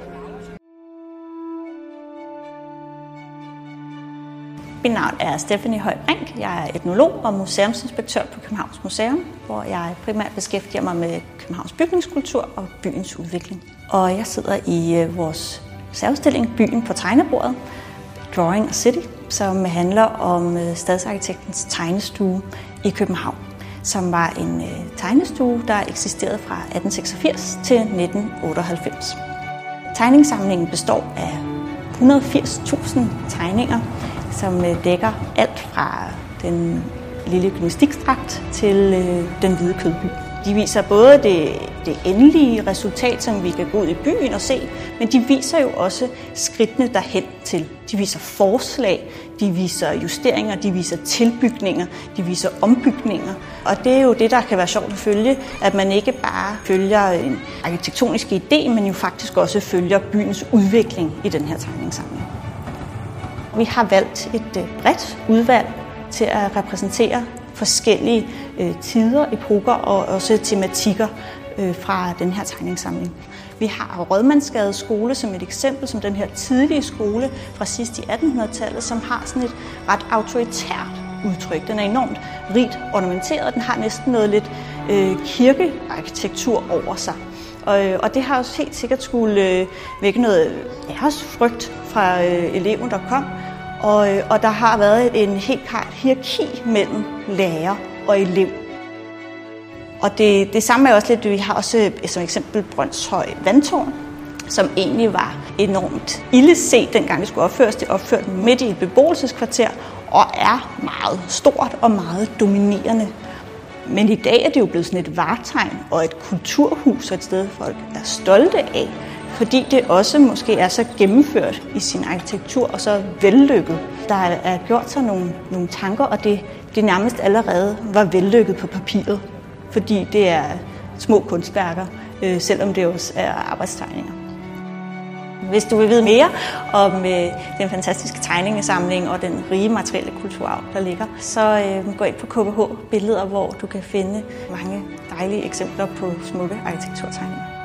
Mit navn er Stephanie Høj Brink. Jeg er etnolog og museumsinspektør på Københavns Museum, hvor jeg primært beskæftiger mig med Københavns bygningskultur og byens udvikling. Og jeg sidder i vores særudstilling Byen på tegnebordet, Drawing a City, som handler om stadsarkitektens tegnestue i København, som var en tegnestue, der eksisterede fra 1886 til 1998. Tegningssamlingen består af 180.000 tegninger, som dækker alt fra den lille gymnastikdragt til den hvide kødby. De viser både det endelige resultat, som vi kan gå ud i byen og se, men de viser jo også skridtene derhen til. De viser forslag, de viser justeringer, de viser tilbygninger, de viser ombygninger. Og det er jo det, der kan være sjovt at følge, at man ikke bare følger en arkitektonisk idé, men jo faktisk også følger byens udvikling i den her tegningssamling. Vi har valgt et bredt udvalg til at repræsentere forskellige tider, epoker og også tematikker fra den her tegningssamling. Vi har Rådmandsgade skole som et eksempel, som den her tidlige skole fra sidst i 1800-tallet, som har sådan et ret autoritært udtryk. Den er enormt rigt ornamenteret, og den har næsten noget lidt kirkearkitektur over sig. Og det har også helt sikkert skulle vække noget æresfrygt fra eleven, der kom. Og der har været en helt klart hierarki mellem lærer og elev. Og det samme er også lidt, vi har også som eksempel Brønshøj Vandtårn, som egentlig var enormt illeset, dengang det skulle opføres. Det opført midt i et beboelseskvarter og er meget stort og meget dominerende. Men i dag er det jo blevet sådan et vartegn og et kulturhus og et sted, folk er stolte af, fordi det også måske er så gennemført i sin arkitektur og så vellykket. Der er gjort sig nogle tanker, og det nærmest allerede var vellykket på papiret, fordi det er små kunstværker, selvom det også er arbejdstegninger. Hvis du vil vide mere om den fantastiske tegningesamling og den rige materielle kulturarv, der ligger, så gå ind på KBH Billeder, hvor du kan finde mange dejlige eksempler på smukke arkitekturtegninger.